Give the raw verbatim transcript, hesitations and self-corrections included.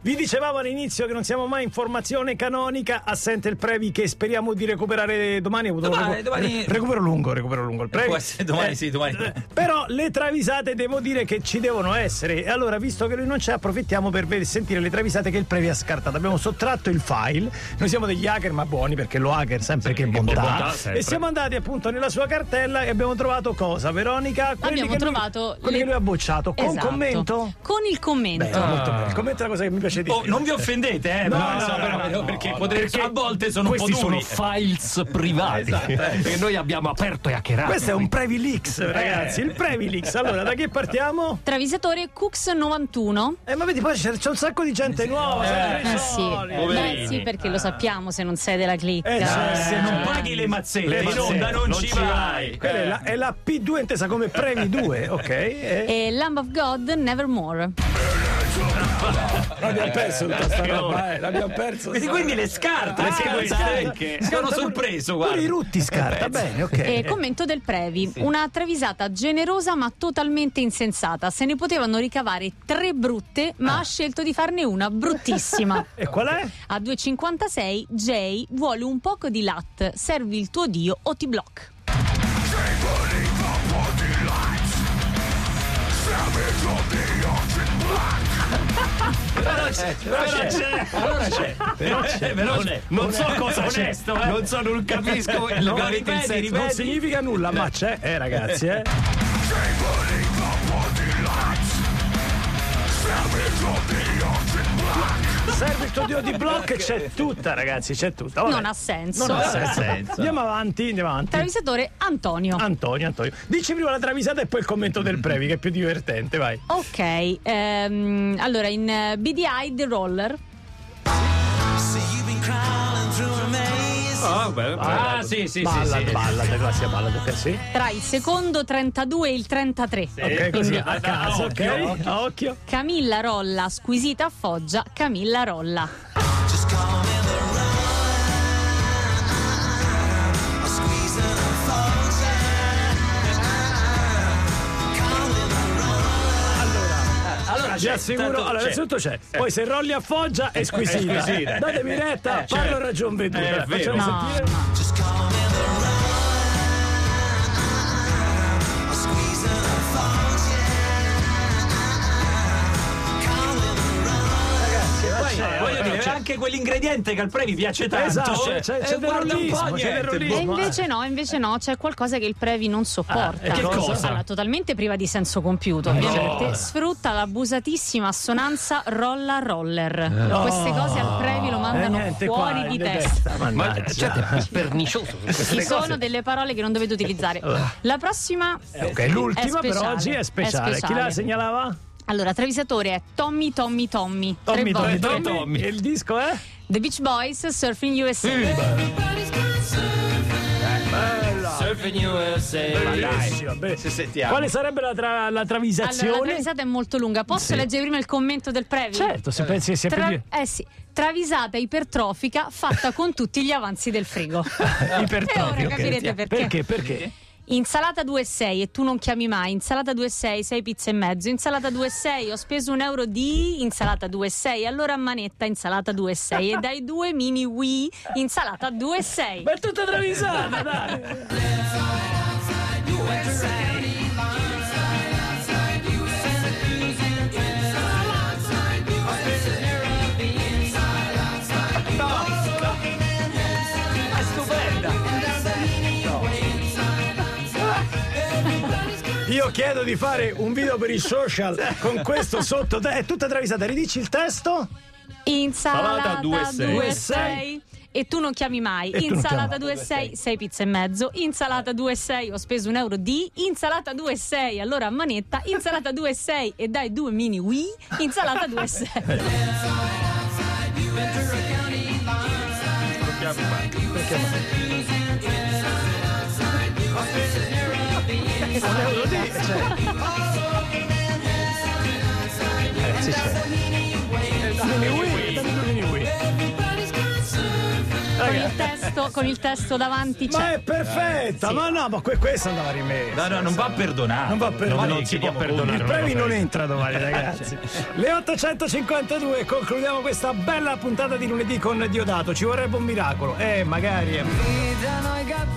Vi dicevamo all'inizio che non siamo mai informazione canonica, assente il Previ che speriamo di recuperare domani. Domani, recu- domani... Recupero lungo, recupero lungo il Previ. Può essere domani, eh, sì, domani. Eh, però le travisate devo dire che ci devono essere. E allora, visto che noi non ci approfittiamo per vedere, sentire le travisate che il Previ ha scartato. Abbiamo sottratto il file. Noi siamo degli hacker, ma buoni, perché lo hacker sempre sì, che bontà. bontà sempre. E siamo andati appunto nella sua cartella e abbiamo trovato cosa, Veronica? Quelli Abbiamo che trovato lui, quelli le... che lui ha bocciato. Con esatto. commento? Con il commento. Beh, molto bene. Il commento è una cosa che mi piace di oh, più. Non vi offendete, eh? No, no, no, so, no, però, no, no, perché, no, potrei, perché a volte sono questi un po' duri. sono files privati esatto, eh. che noi abbiamo aperto e hackerato. Questo è un Previ Leaks, ragazzi. Il Previ Leaks. Allora, da che partiamo? Travisatore Cooks novantuno. Eh, ma vedi, poi c'è, c'è un sacco di gente sì, nuova. Eh, eh sì. Beh, sì, perché lo sappiamo se non sei della click. Eh, cioè, se non paghi le mazzette, le in onda non, non ci vai. vai. Quella è la, è la P due intesa come Previ due, ok? E, e Lamb of God Nevermore. L'abbiamo perso tutta sta roba, eh, l'abbiamo perso. Quindi, quindi le scarta, le scarta scarta anche. Sono sorpreso, guarda. Pure i rutti scarta, bene, ok. E commento del Previ, sì. Una travisata generosa ma totalmente insensata. Se ne potevano ricavare tre brutte, ma ah. ha scelto di farne una bruttissima. E qual è? A due e cinquantasei Jay vuole un poco di latte, servi il tuo dio o ti block. Però c'è, però c'è, però c'è, però c'è, però c'è. Non so cosa c'è, non so, non capisco. No, ripeti, ripeti. Non significa nulla, ma c'è, eh ragazzi, eh. Serve il tuo dio di block, c'è tutta, ragazzi, c'è tutta. Vabbè. Non ha senso. Non ha senso. Andiamo avanti, andiamo avanti. Travisatore Antonio. Antonio, Antonio. Dici prima la travisata e poi il commento del Previ, che è più divertente, vai. Ok, ehm, allora in uh, B D I The Roller. Oh, beh, ah, sì, sì, balla, sì, sì. Balla, la classica balla, sì. Tra il secondo trentadue e il trentatré. Sì. Ok, così a caso, ok? Occhio, occhio. A occhio. Camilla Rolla, squisita a Foggia, Camilla Rolla. Vi assicuro, allora innanzitutto c'è, eh. poi se rolli a Foggia è squisita, squisita. Datemi retta, eh, parlo certo. ragion veduta, eh, facciamo no, sentire no. C'è, voglio dire, c'è anche quell'ingrediente che al Previ piace tanto. Esatto, c'è, c'è, c'è, del rollismo, c'è del rollismo. E invece no, invece no, c'è qualcosa che il Previ non sopporta. Ah, che cosa? Allora, totalmente priva di senso compiuto, ovviamente. No. Sfrutta l'abusatissima assonanza rolla roller. No. Queste cose al Previ lo mandano eh, fuori qua, di testa. testa. Ma cioè, è pernicioso. Ci sono cose. Delle parole che non dovete utilizzare. La prossima eh, okay, l'ultima per oggi è speciale. è speciale. Chi la segnalava? Allora, travisatore è Tommy Tommy Tommy. Tommy Tommy, Tommy, Tommy. E il disco è? The Beach Boys, Surfing U S A. Mm. Surfing U S A. Beh, se sentiamo. Quale sarebbe la, tra- la travisazione? Allora, la travisata è molto lunga. Posso sì. leggere prima il commento del Previ? Certo, se pensi che sia Tra- più... Eh sì. Travisata ipertrofica fatta con tutti gli avanzi del frigo. Ipertrofica. E ora capirete okay. perché. Perché? Perché? Insalata due e sei e tu non chiami mai. Insalata due e sei, sei pizze e mezzo. Insalata due e sei, ho speso un euro di insalata due e sei. Allora a manetta insalata due e sei. E dai due mini Wii insalata due e sei. Ma è tutta travisata, dai. Io chiedo di fare un video per i social con questo sotto, è tutta travisata. Ridici il testo? Insalata due e sei. sei. E tu non chiami mai. E insalata due e sei, sei pizze e mezzo. Insalata due e sei, ho speso un euro di. Insalata due e sei, allora a manetta. Insalata due e sei e dai due mini Wii. Insalata due e sei. Non chiami mai. Non chiami mai. Un euro di, cioè. Eh, sì, c'è. Mini Wii, mini Wii. Ragazzi, il testo, con il testo davanti c'è. Ma è perfetta, Sì. ma no, ma que- questa andava rimessa. No, no, non va perdonato. Non va perdonato. Non si può perdonare. Il premio non entra domani, ragazzi. Le ottocentocinquantadue, concludiamo questa bella puntata di lunedì con Diodato. Ci vorrebbe un miracolo. Eh, magari. Eh.